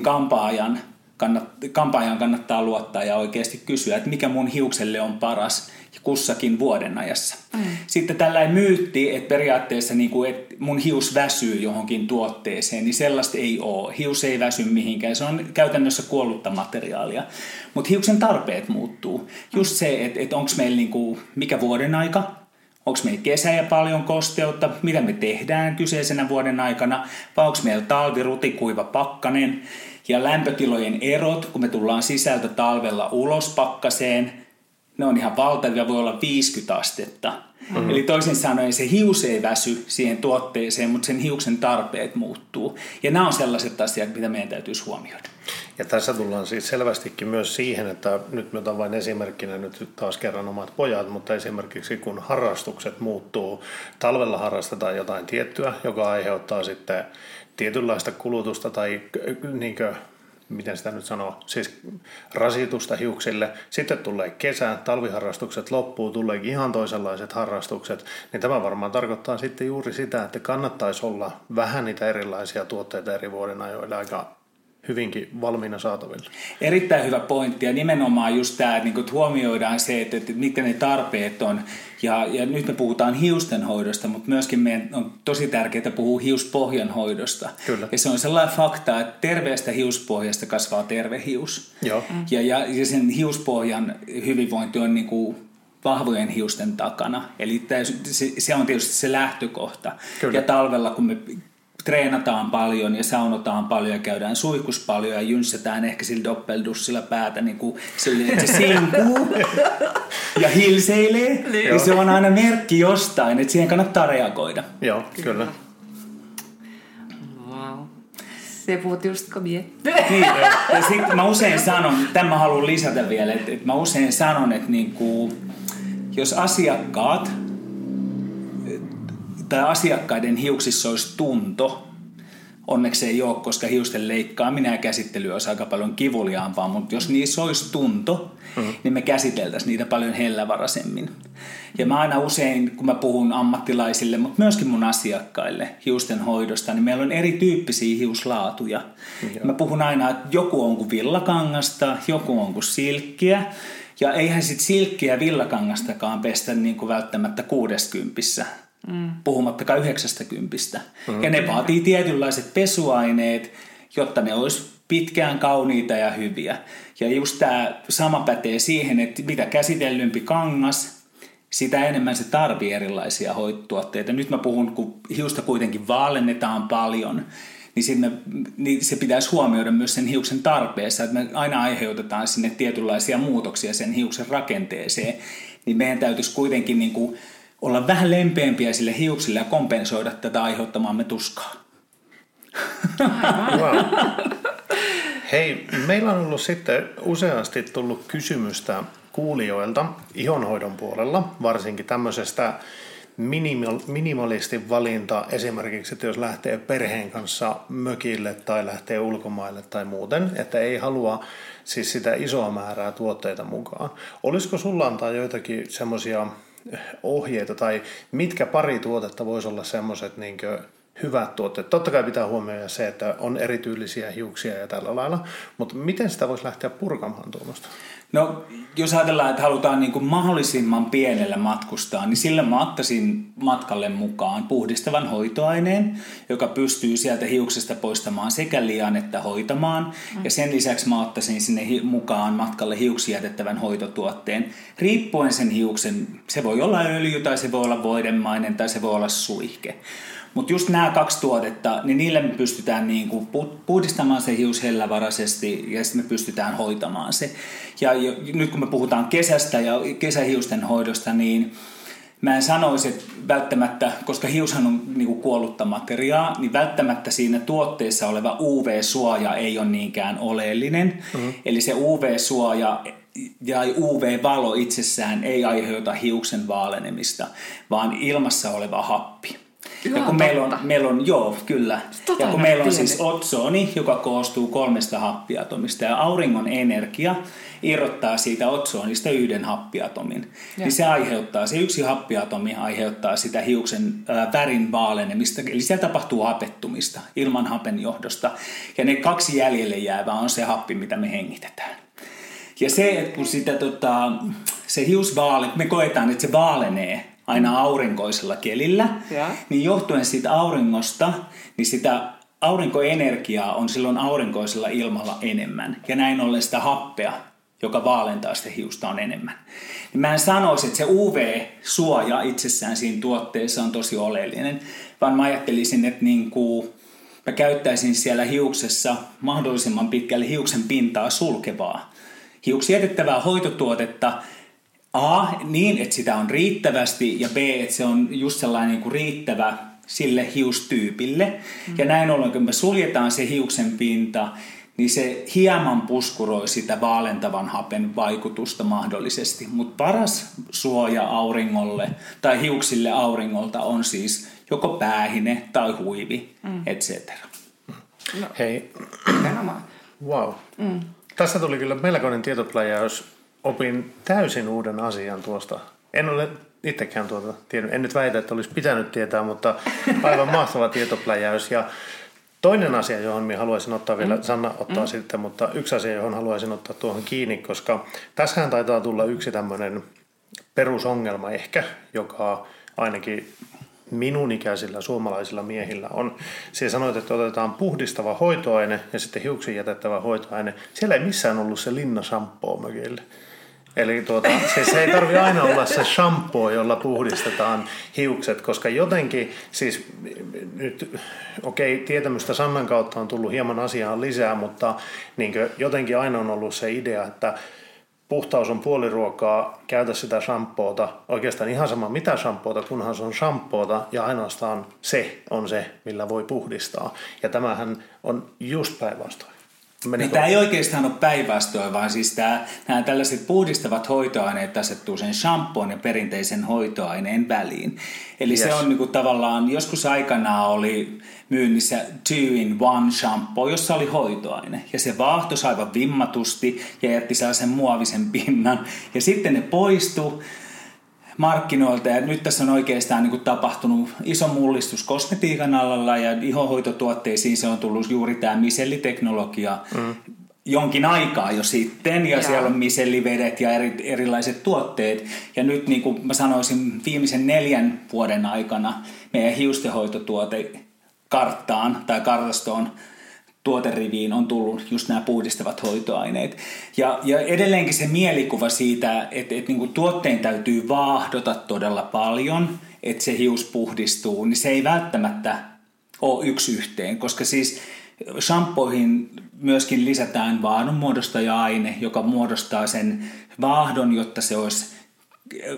kampaajan kannattaa luottaa ja oikeasti kysyä, että mikä mun hiukselle on paras kussakin vuoden ajassa. Sitten tällainen myytti, että periaatteessa niin kuin, että mun hius väsyy johonkin tuotteeseen, niin sellaista ei ole. Hius ei väsy mihinkään. Se on käytännössä kuollutta materiaalia. Mutta hiuksen tarpeet muuttuu. Just se, että onko meillä niin kuin, mikä vuoden aika, onko meillä kesä ja paljon kosteutta, mitä me tehdään kyseisenä vuoden aikana, vai onko meillä talvi, rutikuiva, pakkanen ja lämpötilojen erot, kun me tullaan sisältä talvella ulos pakkaseen, ne on ihan valtavia, voi olla 50 astetta. Eli toisin sanoen se hius ei väsy siihen tuotteeseen, mutta sen hiuksen tarpeet muuttuu. Ja nämä on sellaiset asiat, mitä meidän täytyisi huomioida. Ja tässä tullaan siis selvästikin myös siihen, että nyt me otan vain esimerkkinä nyt taas kerran omat pojat, mutta esimerkiksi kun harrastukset muuttuu, talvella harrastetaan jotain tiettyä, joka aiheuttaa sitten tietynlaista kulutusta tai niinkö, miten sitä nyt sanoo, siis rasitusta hiuksille. Sitten tulee kesä, talviharrastukset loppuu, tulee ihan toisenlaiset harrastukset. Niin tämä varmaan tarkoittaa sitten juuri sitä, että kannattaisi olla vähän niitä erilaisia tuotteita eri vuoden ajoilla aika hyvinkin valmiina saatavilla. Erittäin hyvä pointti ja nimenomaan just tämä, että huomioidaan se, että mitkä ne tarpeet on. Ja nyt me puhutaan hiusten hoidosta, mutta myöskin meidän on tosi tärkeää puhua hiuspohjan hoidosta. Kyllä. Ja se on sellainen fakta, että terveestä hiuspohjasta kasvaa terve hius. Joo. Ja sen hiuspohjan hyvinvointi on niin kuin vahvojen hiusten takana. Eli se on tietysti se lähtökohta. Kyllä. Ja talvella, kun me treenataan paljon ja saunotaan paljon ja käydään suihkus paljon ja jynssätään ehkä sillä doppeldussilla päätä niin kuin sille, että se sinkuu ja hilseilee, niin se on aina merkki jostain, että siihen kannattaa reagoida. Joo, kyllä. Wow. Se puhut just komie. Niin, ja sitten mä usein sanon, tämän mä haluan lisätä vielä, että mä usein sanon, että niin kuin, jos asiakkaat tai asiakkaiden hiuksissa olisi tunto. Onneksi ei ole, koska hiusten leikkaaminen ja käsittely olisi aika paljon kivuliaampaa, mutta jos niissä olisi tunto, niin me käsiteltäisiin niitä paljon hellävaraisemmin. Ja mä aina usein, kun mä puhun ammattilaisille, mutta myöskin mun asiakkaille hiusten hoidosta, niin meillä on erityyppisiä hiuslaatuja. Mä puhun aina, että joku on kuin villakangasta, joku on kuin silkkiä, ja eihän sit silkkiä villakangastakaan pestä niin kuin välttämättä 60. Puhumattakaan 90. Ja ne vaatii tietynlaiset pesuaineet, jotta ne olisi pitkään kauniita ja hyviä. Ja just tämä sama pätee siihen, että mitä käsitellympi kangas, sitä enemmän se tarvitsee erilaisia hoitotuotteita. Nyt mä puhun, kun hiusta kuitenkin vaalennetaan paljon, niin se pitäisi huomioida myös sen hiuksen tarpeessa, että me aina aiheutetaan sinne tietynlaisia muutoksia sen hiuksen rakenteeseen, niin meidän täytyisi kuitenkin niin kuin olla vähän lempeämpiä sille hiuksille ja kompensoida tätä aiheuttamamme tuskaa. Wow. Hei, meillä on ollut sitten useasti tullut kysymystä kuulijoilta ihonhoidon puolella, varsinkin tämmöisestä minimalistin valinta esimerkiksi, että jos lähtee perheen kanssa mökille tai lähtee ulkomaille tai muuten, että ei halua siis sitä isoa määrää tuotteita mukaan. Olisiko sulla antaa joitakin semmoisia ohjeita tai mitkä pari tuotetta voisi olla semmoiset niin hyvät tuotteet? Totta kai pitää huomioida se, että on erityylisiä hiuksia ja tällä lailla, mutta miten sitä voisi lähteä purkamaan tuommoista? No, jos ajatellaan, että halutaan niin kuin mahdollisimman pienellä matkustaa, niin sillä mä ottaisin matkalle mukaan puhdistavan hoitoaineen, joka pystyy sieltä hiuksesta poistamaan sekä lian että hoitamaan. Ja sen lisäksi mä ottaisin sinne mukaan matkalle hiuksiin jätettävän hoitotuotteen. Riippuen sen hiuksen, se voi olla öljy tai se voi olla voidemainen tai se voi olla suihke. Mutta just nämä 2 tuotetta, niin niillä me pystytään niinku puhdistamaan se hius hellävaraisesti ja sitten me pystytään hoitamaan se. Ja nyt kun me puhutaan kesästä ja kesähiusten hoidosta, niin mä en sanoisi, että välttämättä, koska hiushan on niinku kuollutta materiaa, niin välttämättä siinä tuotteessa oleva UV-suoja ei ole niinkään oleellinen. Eli se UV-suoja ja UV-valo itsessään ei aiheuta hiuksen vaalenemista, vaan ilmassa oleva happi. Ja kun meillä on, joo, kyllä. Ja kun meillä on siis otsooni, joka koostuu 3 happiatomista ja auringon energia irrottaa siitä otsoonista 1 happiatomin. Niin se aiheuttaa, se 1 happiatomi aiheuttaa sitä hiuksen värin vaalenemista, eli siellä tapahtuu hapettumista ilman hapen johdosta. Ja ne 2 jäljelle jäävää on se happi, mitä me hengitetään. Ja se, että kun sitä, se hius me koetaan, että se vaalenee aina aurinkoisella kelillä, niin johtuen siitä auringosta, niin sitä aurinkoenergiaa on silloin aurinkoisella ilmalla enemmän. Ja näin ollen sitä happea, joka vaalentaa sitä hiusta, on enemmän. Niin mä en sanoisi, että se UV-suoja itsessään siinä tuotteessa on tosi oleellinen, vaan mä ajattelisin, että mä käyttäisin siellä hiuksessa mahdollisimman pitkälle hiuksen pintaa sulkevaa, hiuksiin jätettävää hoitotuotetta, A, niin, että sitä on riittävästi, ja B, että se on just sellainen niin kuin riittävä sille hiustyypille. Ja näin ollen, kun me suljetaan se hiuksen pinta, niin se hieman puskuroi sitä vaalentavan hapen vaikutusta mahdollisesti. Mutta paras suoja auringolle tai hiuksille auringolta on siis joko päähine tai huivi, etc. No. Hei, wow. Tässä tuli kyllä melkoinen tietopläjäys. Opin täysin uuden asian tuosta. En ole itsekään tiennyt. En nyt väitä, että olisi pitänyt tietää, mutta aivan mahtava tietopläjäys. Ja toinen asia, johon minä haluaisin ottaa vielä, Sanna ottaa sitten, mutta yksi asia, johon haluaisin ottaa tuohon kiinni, koska tässähän taitaa tulla yksi tämmöinen perusongelma ehkä, joka ainakin minun ikäisillä suomalaisilla miehillä on. Siellä sanoit, että otetaan puhdistava hoitoaine ja sitten hiuksiin jätettävä hoitoaine. Siellä ei missään ollut se linna-shampoo mökille. Eli se ei tarvitse aina olla se shampoo, jolla puhdistetaan hiukset, koska jotenkin, siis nyt tietämystä Sannan kautta on tullut hieman asiaan lisää, mutta niin jotenkin aina on ollut se idea, että puhtaus on puoliruokaa, käytä sitä shampoota, oikeastaan ihan sama mitä shampoota, kunhan se on shampoota ja ainoastaan se on se, millä voi puhdistaa. Ja tämähän on just päinvastoin. Tämä ei oikeastaan ole päinvastoin, vaan siis nämä tällaiset puhdistavat hoitoaineet asettuu sen shampoon ja perinteisen hoitoaineen väliin. Eli se on niinku tavallaan, joskus aikanaan oli myynnissä 2-in-1 shampoo, jossa oli hoitoaine. Ja se vaahtosi aivan vimmatusti ja jätti sen muovisen pinnan. Ja sitten ne poistui markkinoilta ja nyt tässä on oikeastaan niin kuin tapahtunut iso mullistus kosmetiikan alalla ja ihohoitotuotteisiin se on tullut juuri tämä micelliteknologia jonkin aikaa jo sitten ja siellä on micellivedet ja erilaiset tuotteet ja nyt niin kuin mä sanoisin viimeisen 4 vuoden aikana meidän hiustenhoitotuotekarttaan tai kartastoon tuoteriviin on tullut just nämä puhdistavat hoitoaineet. Ja edelleenkin se mielikuva siitä, että niin kuin tuotteen täytyy vaahdota todella paljon, että se hius puhdistuu, niin se ei välttämättä ole 1 yhteen, koska siis shampooihin myöskin lisätään vaahdonmuodostaja-aine, joka muodostaa sen vaahdon, jotta se olisi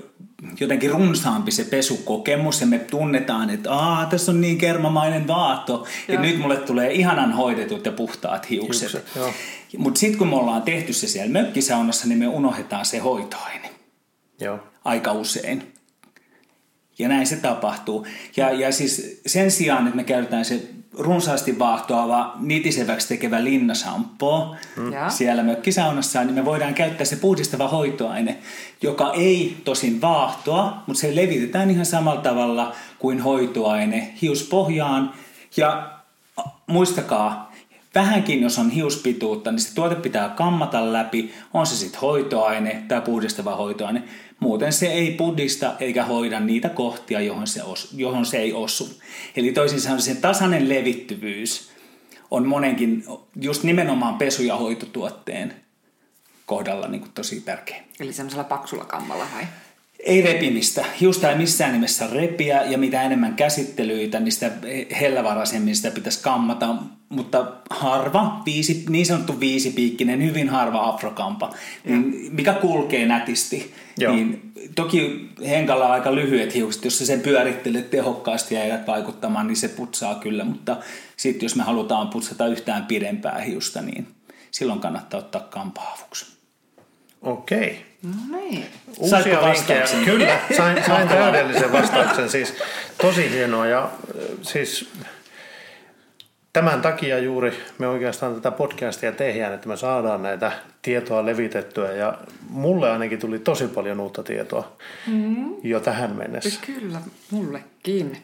jotenkin runsaampi se pesukokemus ja me tunnetaan, että tässä on niin kermamainen vaahto ja nyt mulle tulee ihanan hoidetut ja puhtaat hiukset. Mutta sitten kun me ollaan tehty se siellä mökkisaunassa, niin me unohdetaan se hoitoaine. Joo. Aika usein. Ja näin se tapahtuu. Ja siis sen sijaan, että me käytetään se runsaasti vaahtoava, nitiseväksi tekevä linnasampo siellä mökkisaunassa, niin me voidaan käyttää se puhdistava hoitoaine, joka ei tosin vaahtoa, mutta se levitetään ihan samalla tavalla kuin hoitoaine hiuspohjaan. Ja muistakaa, vähänkin jos on hiuspituutta, niin se tuote pitää kammata läpi, on se sitten hoitoaine tai puhdistava hoitoaine. Muuten se ei puhdista eikä hoida niitä kohtia, johon se ei osu. Eli toisin sanoen se tasainen levittyvyys on monenkin, just nimenomaan pesu- ja hoitotuotteen kohdalla niin kuin tosi tärkeä. Eli semmoisella paksulla kammalla vai? Ei repimistä. Hiusta ei missään nimessä repiä ja mitä enemmän käsittelyitä, niin sitä hellävaraisemmin sitä pitäisi kammata. Mutta harva, niin sanottu viisipiikkinen, hyvin harva afrokampa, mikä kulkee nätisti. Niin, toki Henkalla on aika lyhyet hiukset, jos sä sen pyörittelet tehokkaasti ja jäät vaikuttamaan, niin se putsaa kyllä. Mutta sitten jos me halutaan putsata yhtään pidempää hiusta, niin silloin kannattaa ottaa kampa-avuksi. Okei. No niin. Uusia vinkkejä. Kyllä, sain täydellisen vastauksen. Siis tosi hienoa ja siis tämän takia juuri me oikeastaan tätä podcastia tehdään, että me saadaan näitä tietoa levitettyä ja mulle ainakin tuli tosi paljon uutta tietoa jo tähän mennessä. Kyllä, mullekin.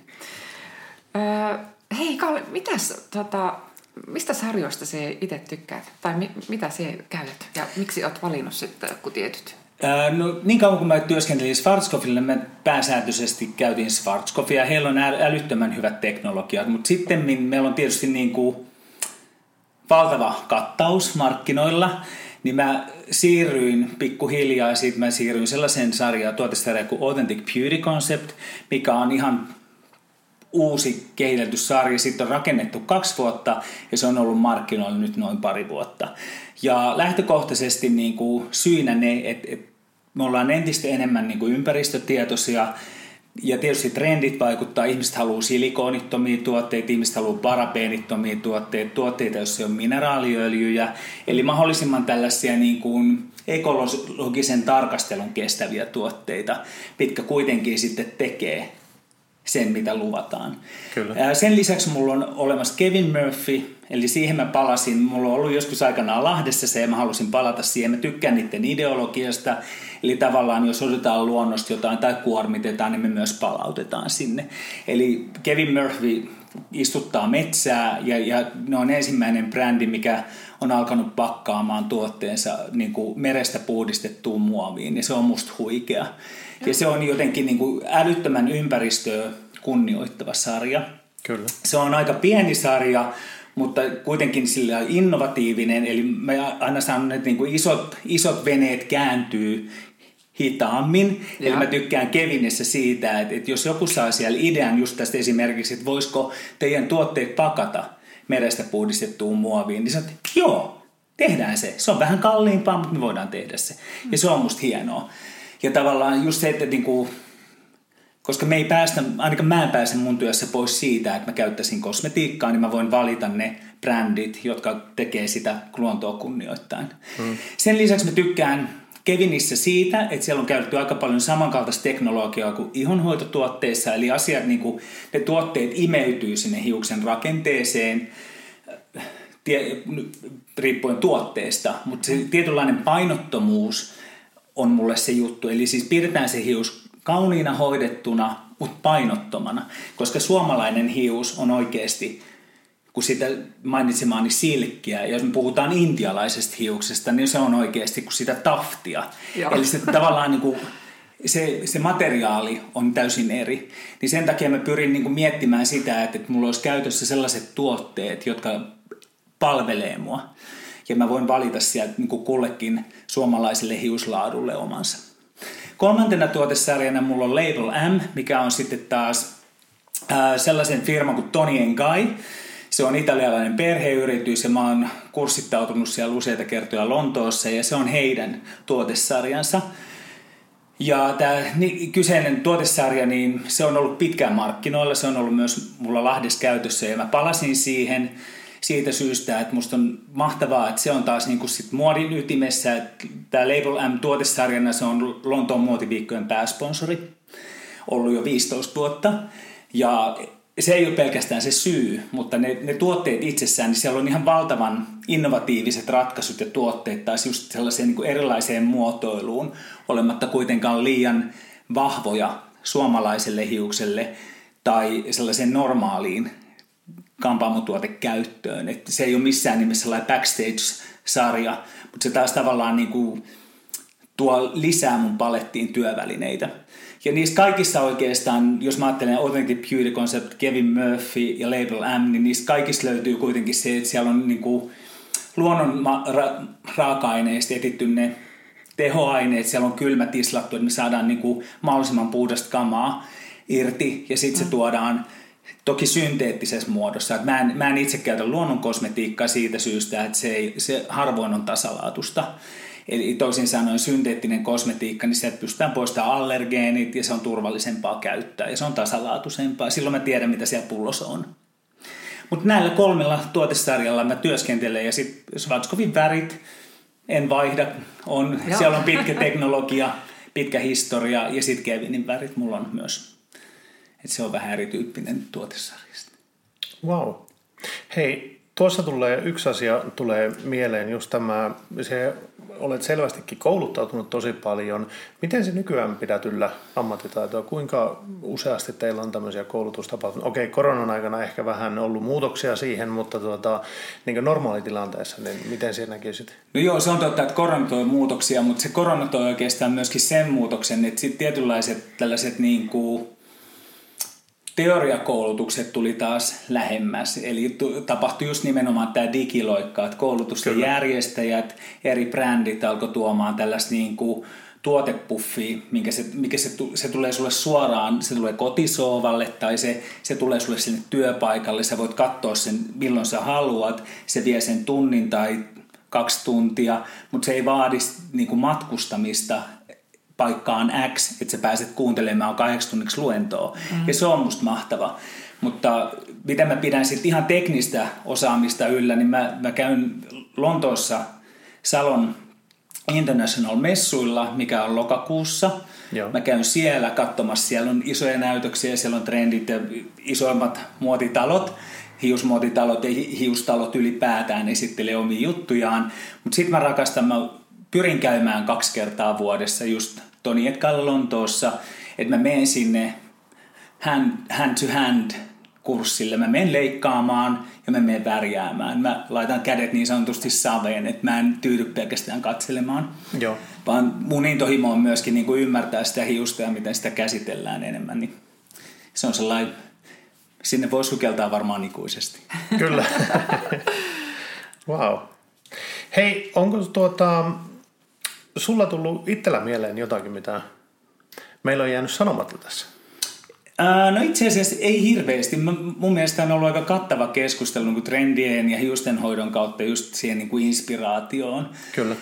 Hei Kalle, mistä sarjoista sä itse tykkäät? Tai mitä sä käytät? Ja miksi oot valinnut sitten joku tietyt? No, niin kauan kun mä työskentelin Schwarzkopfilla, me pääsääntöisesti käytiin Schwarzkopfia. Heillä on älyttömän hyvät teknologiat, mutta sitten meillä on tietysti niin kuin valtava kattaus markkinoilla, niin mä siirryin pikkuhiljaa ja siitä mä siirryin sellaiseen tuotesarjaan kuin Authentic Beauty Concept, mikä on ihan uusi kehitelty sarja. Siitä on rakennettu 2 vuotta ja se on ollut markkinoilla nyt noin 2 vuotta. Ja lähtökohtaisesti niin kuin syynä ne, että me ollaan entistä enemmän niin kuin ympäristötietoisia ja tietysti trendit vaikuttaa. Ihmiset haluaa silikonittomia tuotteita, ihmiset haluaa parabeenittomia tuotteita, joissa on mineraaliöljyjä. Eli mahdollisimman tällaisia niin kuin ekologisen tarkastelun kestäviä tuotteita, mitkä kuitenkin sitten tekee sen, mitä luvataan. Kyllä. Sen lisäksi mulla on olemassa Kevin Murphy, eli siihen mä palasin. Mulla on ollut joskus aikanaan Lahdessa se, ja mä halusin palata siihen. Mä tykkään niiden ideologiasta, eli tavallaan jos otetaan luonnosta jotain tai kuormitetaan, niin me myös palautetaan sinne. Eli Kevin Murphy istuttaa metsää, ja ne on ensimmäinen brändi, mikä on alkanut pakkaamaan tuotteensa niin kuin merestä puhdistettuun muoviin, ja se on musta huikea. Ja se on jotenkin niin kuin älyttömän ympäristöä kunnioittava sarja. Kyllä. Se on aika pieni sarja, kuitenkin sillä innovatiivinen. Eli mä aina sanon, että niin kuin isot veneet kääntyy hitaammin. Ja. Eli mä tykkään Kevinissä siitä, että jos joku saa siellä idean just tästä esimerkiksi, että voisiko teidän tuotteet pakata merestä puhdistettuun muoviin, niin sanotaan, että joo, tehdään se. Se on vähän kalliimpaa, mutta me voidaan tehdä se. Ja se on musta hienoa. Ja tavallaan just se, että niinku, koska me ei päästä, ainakaan mä en pääse mun työssä pois siitä, että mä käyttäisin kosmetiikkaa, niin mä voin valita ne brändit, jotka tekee sitä luontoa kunnioittain. Sen lisäksi mä tykkään Kevinissä siitä, että siellä on käytetty aika paljon samankaltaista teknologiaa kuin ihonhoitotuotteissa, eli asiat, niinku, ne tuotteet imeytyy sinne hiuksen rakenteeseen, riippuen tuotteesta, mutta se tietynlainen painottomuus on mulle se juttu. Eli siis pidetään se hius kauniina hoidettuna, mutta painottomana, koska suomalainen hius on oikeasti, kun sitä mainitsemaani silkkiä, ja jos me puhutaan intialaisesta hiuksesta, niin se on oikeasti kuin sitä taftia. Joo. Eli se tavallaan niin kuin, se materiaali on täysin eri. Niin sen takia mä pyrin niin kuin miettimään sitä, että mulla olisi käytössä sellaiset tuotteet, jotka palvelee mua. Ja mä voin valita sieltä niin kuin kullekin suomalaiselle hiuslaadulle omansa. 3. tuotesarjana mulla on Label M, mikä on sitten taas sellaisen firman kuin Toni & Guy. Se on italialainen perheyritys ja mä oon kurssittautunut siellä useita kertoja Lontoossa ja se on heidän tuotesarjansa. Ja tämä kyseinen tuotesarja, niin se on ollut pitkään markkinoilla, se on ollut myös mulla Lahdessa käytössä ja mä palasin siihen siitä syystä, että musta on mahtavaa, että se on taas niin kuin sit muodin ytimessä. Tämä Label M-tuotesarjana, se on Lontoon muotiviikkojen pääsponsori, ollut jo 15 vuotta. Ja se ei ole pelkästään se syy, mutta ne tuotteet itsessään, niin siellä on ihan valtavan innovatiiviset ratkaisut ja tuotteet taas just sellaiseen niin kuin erilaiseen muotoiluun, olematta kuitenkaan liian vahvoja suomalaiselle hiukselle tai sellaiseen normaaliin kampaamotuotekäyttöön. Että se ei ole missään nimessä sellainen backstage-sarja, mutta se taas tavallaan niin kuin tuo lisää mun palettiin työvälineitä. Ja niissä kaikissa oikeastaan, jos mä ajattelen Authentic Beauty Concept, Kevin Murphy ja Label M, niin niissä kaikissa löytyy kuitenkin se, että siellä on niin kuin luonnon raaka-aineista etitty ne tehoaineet, siellä on kylmä tislattu, että me saadaan niin kuin mahdollisimman puhdasta kamaa irti ja sitten se tuodaan toki synteettisessä muodossa. Että mä en itse käytä luonnon kosmetiikkaa siitä syystä, että se harvoin on tasalaatusta. Eli toisin sanoen synteettinen kosmetiikka, niin sieltä pystytään poistamaan allergeenit ja se on turvallisempaa käyttää ja se on tasalaatuisempaa. Silloin mä tiedän, mitä siellä pullossa on. Mutta näillä 3 tuotesarjalla mä työskentelen ja sitten Schwarzkopfin värit en vaihda. Siellä on pitkä teknologia, pitkä historia ja sitten Kevinin värit mulla on myös. Et se on vähän erityyppinen tuotesarjasta. Wow. Hei, tuossa yksi asia tulee mieleen, just tämä, olet selvästikin kouluttautunut tosi paljon. Miten se nykyään pidät yllä ammattitaitoa? Kuinka useasti teillä on tämmöisiä koulutustapahtumia? Okei, koronan aikana ehkä vähän ollut muutoksia siihen, mutta niin normaalitilanteessa, niin miten siinä näkisit? No joo, se on totta, että korona toi muutoksia, mutta se korona toi oikeastaan myöskin sen muutoksen, että sitten tietynlaiset tällaiset niin kuin teoriakoulutukset tuli taas lähemmäs, eli tapahtui just nimenomaan tämä digiloikka, että koulutusten järjestäjät, eri brändit alkoi tuomaan tällaista niin kuin tuotepuffia, se tulee sulle suoraan, se tulee kotisoovalle tai se tulee sulle sinne työpaikalle, sä voit katsoa sen milloin sä haluat, se vie sen tunnin tai 2 tuntia, mutta se ei vaadi niin kuin matkustamista paikkaan X, että sä pääset kuuntelemaan 8 tunniksi luentoa. Ja se on musta mahtava. Mutta mitä mä pidän sitten ihan teknistä osaamista yllä, niin mä käyn Lontoossa Salon International-messuilla, mikä on lokakuussa. Joo. Mä käyn siellä katsomassa, siellä on isoja näytöksiä, siellä on trendit ja isoimmat muotitalot, hiusmuotitalot ja hiustalot ylipäätään esittelee omia juttujaan. Mutta sitten mä pyrin käymään 2 kertaa vuodessa just Toni Edgar Lontoossa, että mä menen sinne hand to hand kurssille, mä menen leikkaamaan ja mä menen värjäämään. Mä laitan kädet niin sanotusti saveen, että mä en tyydy pelkästään katselemaan. Joo. Vaan mun intohimo on myöskin niin kuin ymmärtää sitä hiusta ja miten sitä käsitellään enemmän. Niin se on sellainen, sinne voi sukeltaa varmaan ikuisesti. Kyllä. Wow. Hei, onko sulla tullut itsellä mieleen jotakin, mitä meillä on jäänyt sanomatta tässä? No itse asiassa ei hirveästi. Mun mielestä on ollut aika kattava keskustelu niin kuin trendien ja hiustenhoidon kautta just siihen niin kuin inspiraatioon. Kyllä.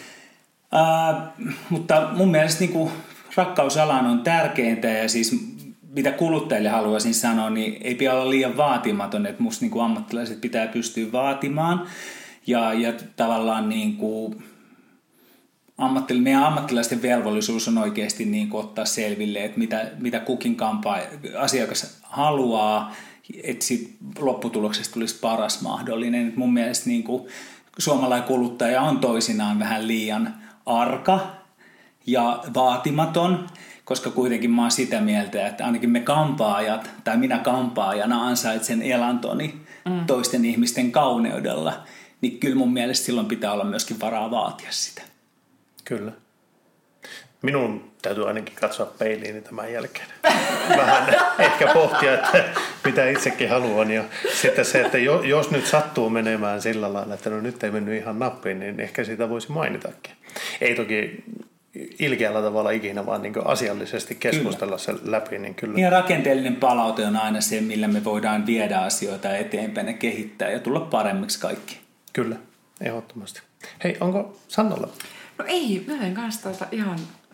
Mutta mun mielestä niin kuin rakkausalaan on tärkeintä ja siis mitä kuluttajille haluaisin sanoa, niin ei pidä olla liian vaatimaton, että musta niin kuin ammattilaiset pitää pystyä vaatimaan ja tavallaan niin kuin meidän ammattilaisten velvollisuus on oikeasti niin kuin ottaa selville, että mitä kukin asiakas haluaa, että sit lopputuloksesta tulisi paras mahdollinen. Et mun mielestä niin kuin suomalainen kuluttaja on toisinaan vähän liian arka ja vaatimaton, koska kuitenkin mä oon sitä mieltä, että ainakin me kampaajat, tai minä kampaajana ansaitsen elantoni toisten ihmisten kauneudella, niin kyllä mun mielestä silloin pitää olla myöskin varaa vaatia sitä. Kyllä. Minun täytyy ainakin katsoa peiliini tämän jälkeen. Vähän ehkä pohtia, että mitä itsekin haluan. Ja sitten se, että jos nyt sattuu menemään sillä lailla, että no nyt ei mennyt ihan nappiin, niin ehkä siitä voisi mainitakin. Ei toki ilkeällä tavalla ikinä, vaan niin asiallisesti keskustella se läpi. Niin kyllä. Ja rakenteellinen palaute on aina se, millä me voidaan viedä asioita eteenpäin ja kehittää ja tulla paremmiksi kaikki. Kyllä, ehdottomasti. Hei, onko Sannalla? No ei, mä en kanssa ihan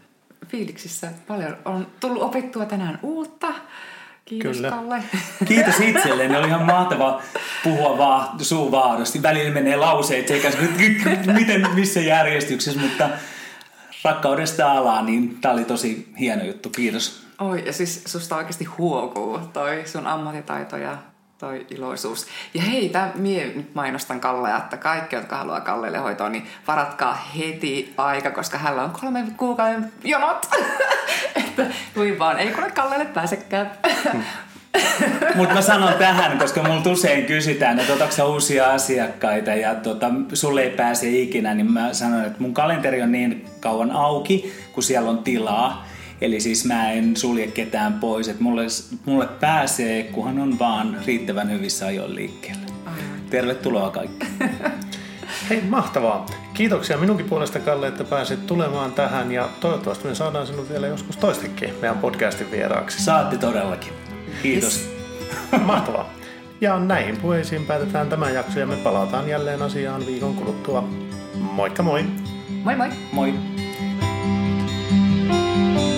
fiiliksissä. Paljon on tullut opittua tänään uutta. Kiitos Kyllä. Kalle. Kiitos itselleen. Oli ihan mahtava puhua vaan suu vaadosti. Välillä menee lauseet sekaisin, miten, missä järjestyksessä, mutta rakkaudesta alaan, niin tää oli tosi hieno juttu. Kiitos. Oi, ja siis susta oikeasti huokuu toi sun ammattitaito ja toi iloisuus. Ja hei, mie nyt mainostan Kallea, että kaikki, jotka haluaa Kallelle hoitoa, niin varatkaa heti aika, koska hänellä on 3 kuukauden jonot. Että kuin vaan, ei kuule Kallelle pääsekään. Mutta mä sanon tähän, koska multa usein kysytään, että otatko sä uusia asiakkaita ja sulle ei pääse ikinä, niin mä sanon, että mun kalenteri on niin kauan auki, kun siellä on tilaa. Eli siis mä en sulje ketään pois, että mulle pääsee, kunhan on vaan riittävän hyvissä ajoin liikkeelle. Tervetuloa kaikki. Hei, mahtavaa. Kiitoksia minunkin puolesta, Kalle, että pääsit tulemaan tähän ja toivottavasti me saadaan sinut vielä joskus toistekin meidän podcastin vieraaksi. Saatte todellakin. Kiitos. Mahtavaa. Ja näihin puheisiin päätetään tämä jakso ja me palataan jälleen asiaan viikon kuluttua. Moikka moi! Moi moi! Moi!